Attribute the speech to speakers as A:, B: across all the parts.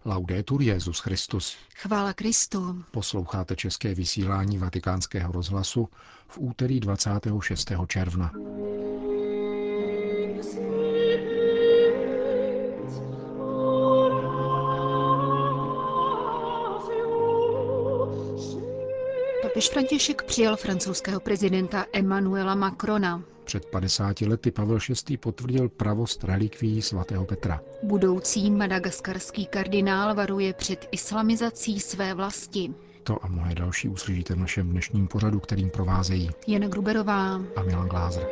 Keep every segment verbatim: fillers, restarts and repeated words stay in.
A: Laudetur Jesus Christus.
B: Chvála Kristu.
A: Posloucháte české vysílání Vatikánského rozhlasu v úterý dvacátého šestého června.
B: Papež František přijal francouzského prezidenta Emmanuela Macrona.
A: Před padesáti lety Pavel šestý potvrdil pravost relikvií svatého Petra.
B: Budoucí madagaskarský kardinál varuje před islamizací své vlasti.
A: To a mnohé další uslyšíte v našem dnešním pořadu, kterým provázejí
B: Jana Gruberová
A: a Milan Glázer.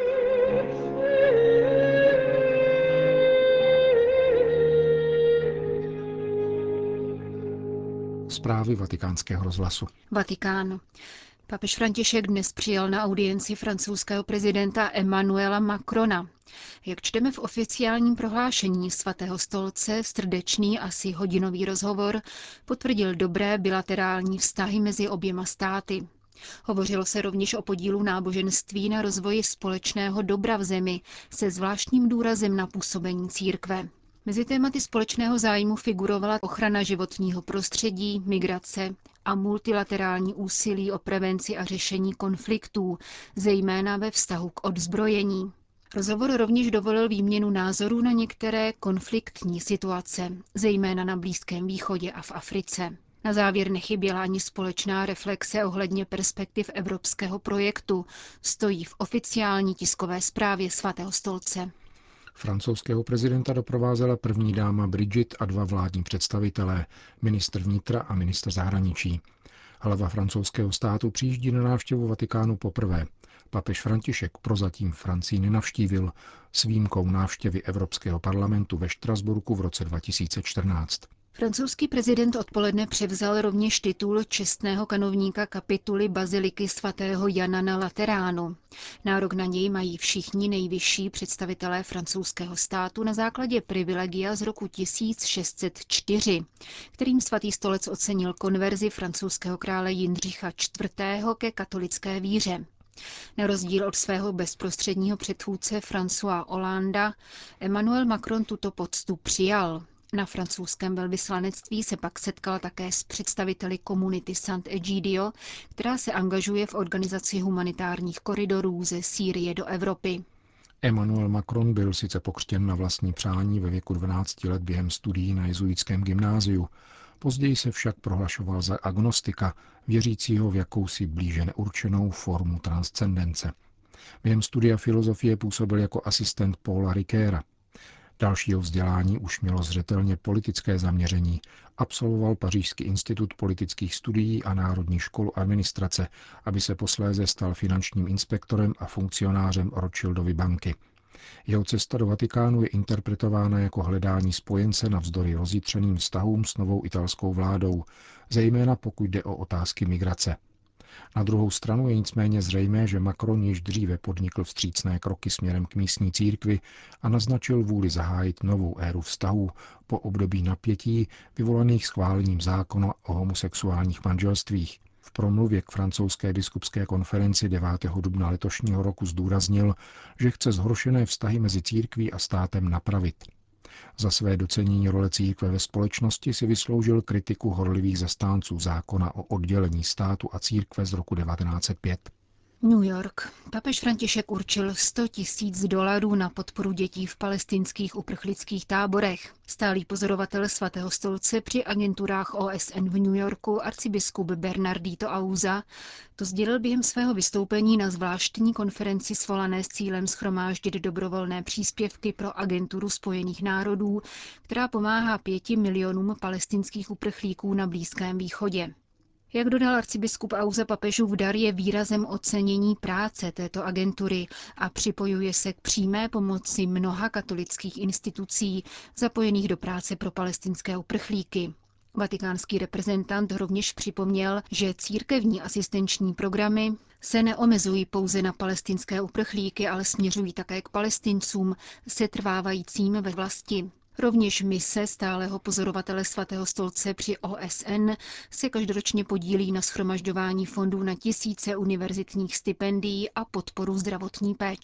A: Zprávy Vatikánského rozhlasu.
B: Vatikán. Papež František dnes přijal na audienci francouzského prezidenta Emmanuela Macrona. Jak čteme v oficiálním prohlášení svatého stolce, srdečný asi hodinový rozhovor potvrdil dobré bilaterální vztahy mezi oběma státy. Hovořilo se rovněž o podílu náboženství na rozvoji společného dobra v zemi se zvláštním důrazem na působení církve. Mezi tématy společného zájmu figurovala ochrana životního prostředí, migrace a multilaterální úsilí o prevenci a řešení konfliktů, zejména ve vztahu k odzbrojení. Rozhovor rovněž dovolil výměnu názorů na některé konfliktní situace, zejména na Blízkém východě a v Africe. Na závěr nechyběla ani společná reflexe ohledně perspektiv evropského projektu, stojí v oficiální tiskové zprávě svatého stolce.
A: Francouzského prezidenta doprovázela první dáma Brigitte a dva vládní představitelé, ministr vnitra a ministr zahraničí. Hlava francouzského státu přijíždí na návštěvu Vatikánu poprvé. Papež František prozatím Francii nenavštívil, s výjimkou návštěvy Evropského parlamentu ve Štrasburku v roce dva tisíce čtrnáct.
B: Francouzský prezident odpoledne převzal rovněž titul čestného kanovníka kapituly baziliky svatého Jana na Lateránu. Nárok na něj mají všichni nejvyšší představitelé francouzského státu na základě privilegia z roku tisíc šest set čtyři, kterým svatý stolec ocenil konverzi francouzského krále Jindřicha čtvrtého ke katolické víře. Na rozdíl od svého bezprostředního předchůdce François Hollanda, Emmanuel Macron tuto poctu přijal. Na francouzském velvyslanectví se pak setkal také s představiteli komunity Sant'Egidio, která se angažuje v organizaci humanitárních koridorů ze Sýrie do Evropy.
A: Emmanuel Macron byl sice pokřtěn na vlastní přání ve věku dvanácti let během studií na jezuitském gymnáziu. Později se však prohlašoval za agnostika, věřícího v jakousi blíže neurčenou formu transcendence. Během studia filozofie působil jako asistent Paula Ricoeura. Dalšího vzdělání už mělo zřetelně politické zaměření. Absolvoval Pařížský institut politických studií a Národní školu administrace, aby se posléze stal finančním inspektorem a funkcionářem Rothschildovy banky. Jeho cesta do Vatikánu je interpretována jako hledání spojence navzdory rozjitřeným vztahům s novou italskou vládou, zejména pokud jde o otázky migrace. Na druhou stranu je nicméně zřejmé, že Macron již dříve podnikl vstřícné kroky směrem k místní církvi a naznačil vůli zahájit novou éru vztahů po období napětí vyvolaných schválením zákona o homosexuálních manželstvích. V promluvě k francouzské biskupské konferenci devátého dubna letošního roku zdůraznil, že chce zhoršené vztahy mezi církví a státem napravit. Za své docenění role církve ve společnosti si vysloužil kritiku horlivých zastánců zákona o oddělení státu a církve z roku devatenáct set pět.
B: New York. Papež František určil sto tisíc dolarů na podporu dětí v palestinských uprchlických táborech. Stálý pozorovatel svatého stolce při agenturách O S N v New Yorku arcibiskup Bernardito Auza to sdělil během svého vystoupení na zvláštní konferenci svolané s cílem shromáždit dobrovolné příspěvky pro agenturu Spojených národů, která pomáhá pěti milionům palestinských uprchlíků na Blízkém východě. Jak dodal arcibiskup Auza, papežův dar je výrazem ocenění práce této agentury a připojuje se k přímé pomoci mnoha katolických institucí zapojených do práce pro palestinské uprchlíky. Vatikánský reprezentant rovněž připomněl, že církevní asistenční programy se neomezují pouze na palestinské uprchlíky, ale směřují také k Palestincům setrvávajícím ve vlasti. Rovněž mise stálého pozorovatele svatého stolce při O S N se každoročně podílí na shromažďování fondů na tisíce univerzitních stipendií a podporu zdravotní péče.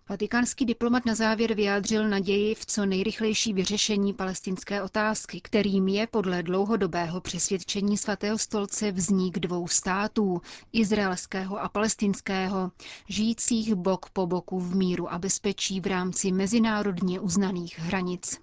B: Vatikánský diplomat na závěr vyjádřil naději v co nejrychlejší vyřešení palestinské otázky, kterým je podle dlouhodobého přesvědčení Svatého stolce vznik dvou států, izraelského a palestinského, žijících bok po boku v míru a bezpečí v rámci mezinárodně uznaných hranic.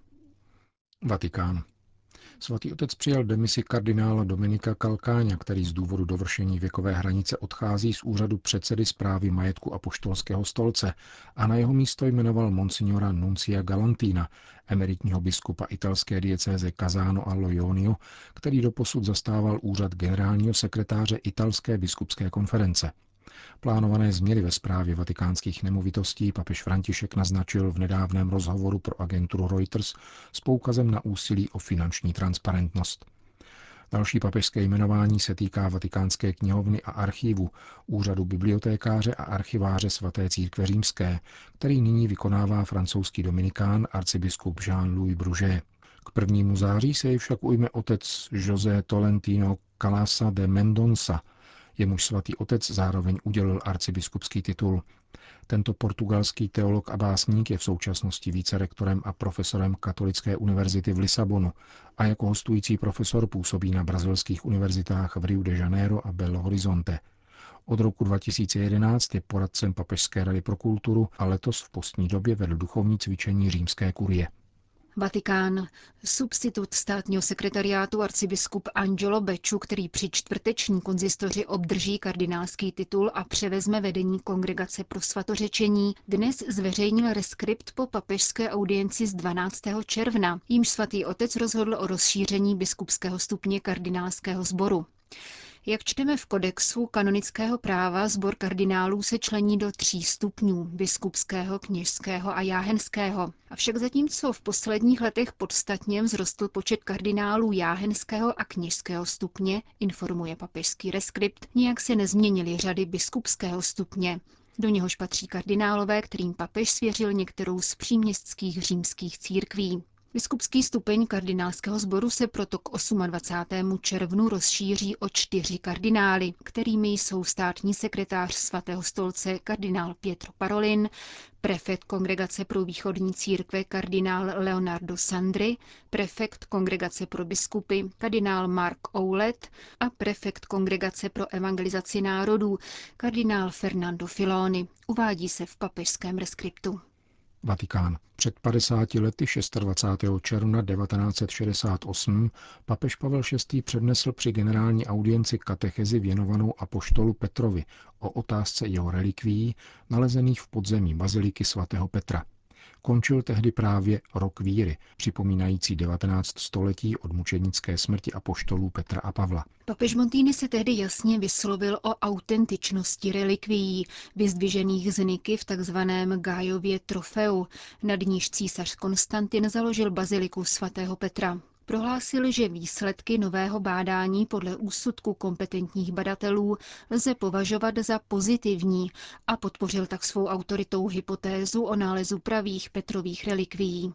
A: Vatikán. Svatý otec přijal demisi kardinála Dominika Calcagna, který z důvodu dovršení věkové hranice odchází z úřadu předsedy správy majetku apoštolského stolce a na jeho místo jmenoval monsignora Nuncia Galantina, emeritního biskupa italské diecéze Casano a Lojonio, který doposud zastával úřad generálního sekretáře italské biskupské konference. Plánované změny ve správě vatikánských nemovitostí papež František naznačil v nedávném rozhovoru pro agenturu Reuters s poukazem na úsilí o finanční transparentnost. Další papežské jmenování se týká Vatikánské knihovny a archivu, úřadu bibliotékáře a archiváře svaté církve římské, který nyní vykonává francouzský dominikán arcibiskup Jean-Louis Bruget. K prvnímu září se jej však ujme otec José Tolentino Calasa de Mendonça, jemuž svatý otec zároveň udělil arcibiskupský titul. Tento portugalský teolog a básník je v současnosti vícerektorem a profesorem Katolické univerzity v Lisabonu a jako hostující profesor působí na brazilských univerzitách v Rio de Janeiro a Belo Horizonte. Od roku dva tisíce jedenáct je poradcem Papežské rady pro kulturu a letos v postní době vedl duchovní cvičení římské kurie.
B: Vatikán. Substitut státního sekretariátu arcibiskup Angelo Becciu, který při čtvrteční konzistoři obdrží kardinálský titul a převezme vedení Kongregace pro svatořečení, dnes zveřejnil reskript po papežské audienci z dvanáctého června, jímž svatý otec rozhodl o rozšíření biskupského stupně kardinálského sboru. Jak čteme v kodexu kanonického práva, sbor kardinálů se člení do tří stupňů, biskupského, kněžského a jáhenského. Avšak zatímco v posledních letech podstatně vzrostl počet kardinálů jáhenského a kněžského stupně, informuje papežský reskript, nijak se nezměnily řady biskupského stupně. Do něhož patří kardinálové, kterým papež svěřil některou z příměstských římských církví. Biskupský stupeň kardinálského sboru se proto k dvacátého osmého červnu rozšíří o čtyři kardinály, kterými jsou státní sekretář svatého stolce kardinál Pietro Parolin, prefekt Kongregace pro východní církve kardinál Leonardo Sandri, prefekt Kongregace pro biskupy kardinál Mark Oulet a prefekt Kongregace pro evangelizaci národů kardinál Fernando Filoni, uvádí se v papežském reskriptu.
A: Vatikán. Před padesáti lety dvacátého šestého června devatenáct set šedesát osm papež Pavel šestý přednesl při generální audienci katechezi věnovanou apoštolu Petrovi o otázce jeho relikvií nalezených v podzemí baziliky svatého Petra. Končil tehdy právě rok víry, připomínající devatenáct století od mučednické smrti apoštolů Petra a Pavla.
B: Papež Montini se tehdy jasně vyslovil o autentičnosti relikvií, vyzdvižených z Niky v takzvaném Gájově trofeu, nad níž císař Konstantin založil baziliku svatého Petra. Prohlásil, že výsledky nového bádání podle úsudku kompetentních badatelů lze považovat za pozitivní a podpořil tak svou autoritou hypotézu o nálezu pravých Petrových relikvií.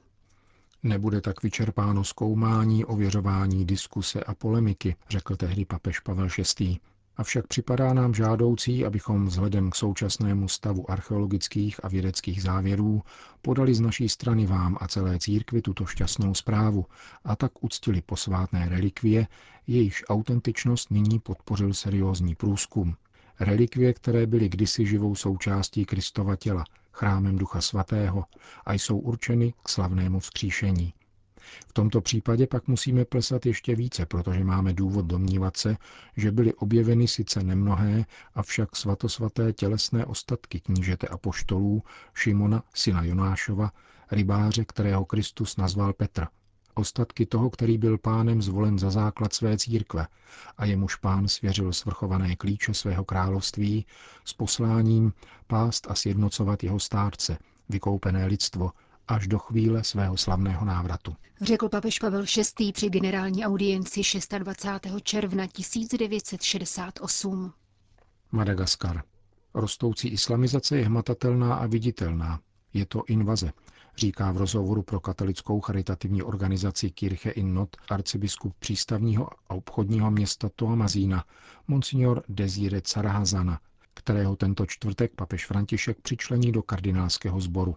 A: Nebude tak vyčerpáno zkoumání, ověřování, diskuse a polemiky, řekl tehdy papež Pavel šestý. Avšak připadá nám žádoucí, abychom vzhledem k současnému stavu archeologických a vědeckých závěrů podali z naší strany vám a celé církvi tuto šťastnou zprávu a tak uctili posvátné relikvie, jejichž autentičnost nyní podpořil seriózní průzkum. Relikvie, které byly kdysi živou součástí Kristova těla, chrámem Ducha Svatého a jsou určeny k slavnému vzkříšení. V tomto případě pak musíme plesat ještě více, protože máme důvod domnívat se, že byly objeveny sice nemnohé, avšak svatosvaté tělesné ostatky knížete apoštolů Šimona, syna Jonášova, rybáře, kterého Kristus nazval Petra. Ostatky toho, který byl pánem zvolen za základ své církve a jemuž pán svěřil svrchované klíče svého království s posláním pást a sjednocovat jeho stárce, vykoupené lidstvo, až do chvíle svého slavného návratu.
B: Řekl papež Pavel šestý při generální audienci dvacátého šestého června tisíc devět set šedesát osm.
A: Madagaskar. Rostoucí islamizace je hmatatelná a viditelná. Je to invaze, říká v rozhovoru pro katolickou charitativní organizaci Kirche in Not arcibiskup přístavního a obchodního města Toamazina, monsignor Desire Carahazana, kterého tento čtvrtek papež František přičlení do kardinálského sboru.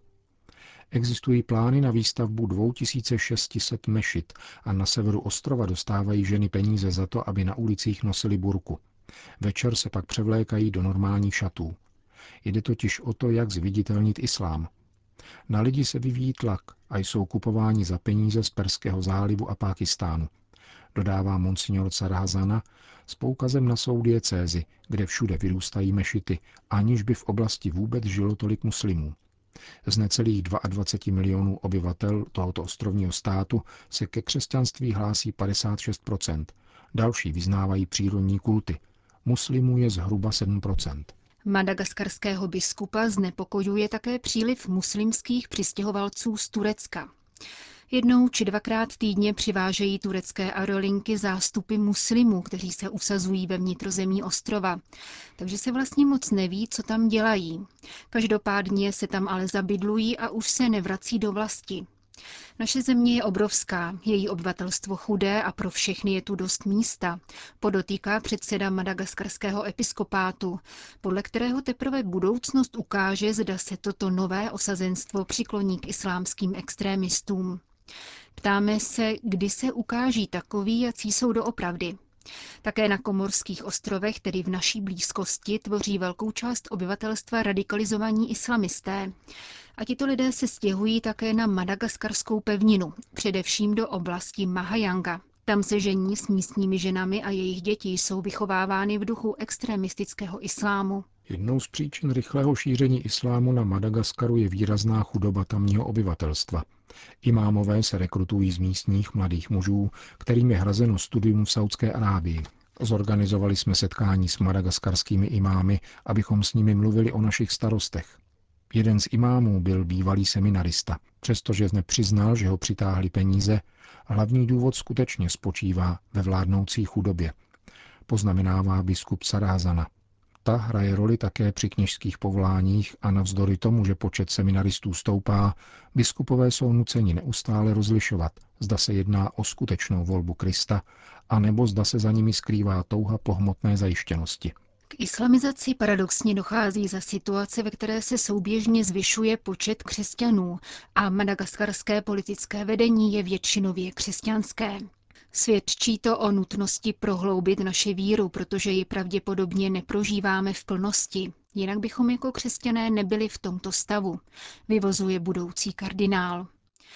A: Existují plány na výstavbu dva tisíce šest set mešit a na severu ostrova dostávají ženy peníze za to, aby na ulicích nosily burku. Večer se pak převlékají do normálních šatů. Jde totiž o to, jak zviditelnit islám. Na lidi se vyvíjí tlak a jsou kupováni za peníze z Perského zálivu a Pákistánu, dodává monsignor Sarhazana s poukazem na svou diecézi, kde všude vyrůstají mešity, aniž by v oblasti vůbec žilo tolik muslimů. Z necelých dvacet dva milionů obyvatel tohoto ostrovního státu se ke křesťanství hlásí padesát šest procent. Další vyznávají přírodní kulty. Muslimů je zhruba sedm procent.
B: Madagaskarského biskupa znepokojuje také příliv muslimských přistěhovalců z Turecka. Jednou či dvakrát týdně přivážejí turecké aerolinky zástupy muslimů, kteří se usazují ve vnitrozemí ostrova. Takže se vlastně moc neví, co tam dělají. Každopádně se tam ale zabydlují a už se nevrací do vlasti. Naše země je obrovská, její obyvatelstvo chudé a pro všechny je tu dost místa, podotýká předseda madagaskarského episkopátu, podle kterého teprve budoucnost ukáže, zda se toto nové osazenstvo přikloní k islámským extrémistům. Ptáme se, kdy se ukáží takoví, jací jsou doopravdy. Také na Komorských ostrovech, tedy v naší blízkosti, tvoří velkou část obyvatelstva radikalizovaní islamisté. A tito lidé se stěhují také na madagaskarskou pevninu, především do oblasti Mahajanga. Tam se žení s místními ženami a jejich děti jsou vychovávány v duchu extremistického islámu.
A: Jednou z příčin rychlého šíření islámu na Madagaskaru je výrazná chudoba tamního obyvatelstva. Imámové se rekrutují z místních mladých mužů, kterým je hrazeno studium v Saudské Arábii. Zorganizovali jsme setkání s madagaskarskými imámy, abychom s nimi mluvili o našich starostech. Jeden z imámů byl bývalý seminarista. Přestože nepřiznal, že ho přitáhli peníze, hlavní důvod skutečně spočívá ve vládnoucí chudobě, poznamenává biskup Sarhazana. Ta hraje roli také při kněžských povoláních a navzdory tomu, že počet seminaristů stoupá, biskupové jsou nuceni neustále rozlišovat, zda se jedná o skutečnou volbu Krista, anebo zda se za nimi skrývá touha po hmotné zajištěnosti.
B: K islamizaci paradoxně dochází za situace, ve které se souběžně zvyšuje počet křesťanů a madagaskarské politické vedení je většinově křesťanské. Svědčí to o nutnosti prohloubit naši víru, protože ji pravděpodobně neprožíváme v plnosti. Jinak bychom jako křesťané nebyli v tomto stavu, vyvozuje budoucí kardinál.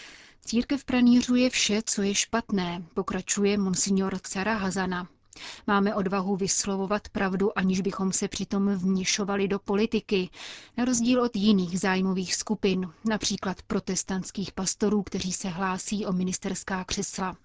B: Církev pranířuje vše, co je špatné, pokračuje monsignor Sarhazana. Máme odvahu vyslovovat pravdu, aniž bychom se přitom vměšovali do politiky, na rozdíl od jiných zájmových skupin, například protestantských pastorů, kteří se hlásí o ministerská křesla.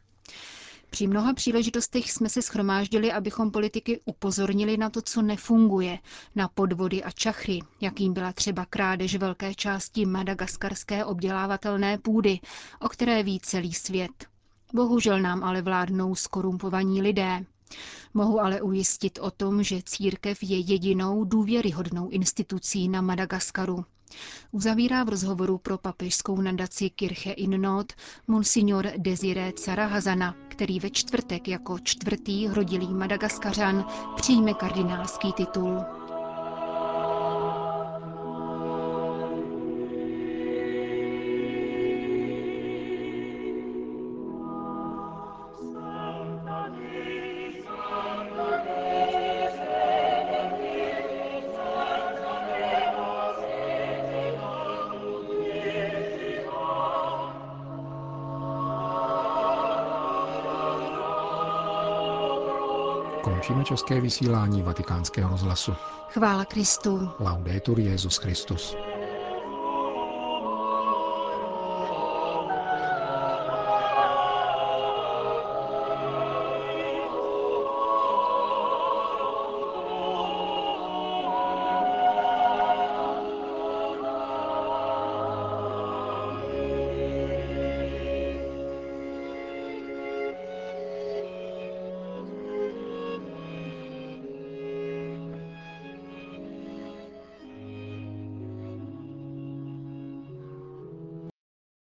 B: Při mnoha příležitostech jsme se shromáždili, abychom politiky upozornili na to, co nefunguje, na podvody a čachry, jakým byla třeba krádež velké části madagaskarské obdělávatelné půdy, o které ví celý svět. Bohužel nám ale vládnou skorumpovaní lidé. Mohu ale ujistit o tom, že církev je jedinou důvěryhodnou institucí na Madagaskaru. Uzavírá v rozhovoru pro papežskou nadaci Kirche in Not monsignor Desiré Sarhazana, který ve čtvrtek jako čtvrtý rodilý Madagaskařan přijme kardinálský titul.
A: Končíme české vysílání Vatikánského rozhlasu.
B: Chvála Kristu.
A: Laudetur Jesus Christus.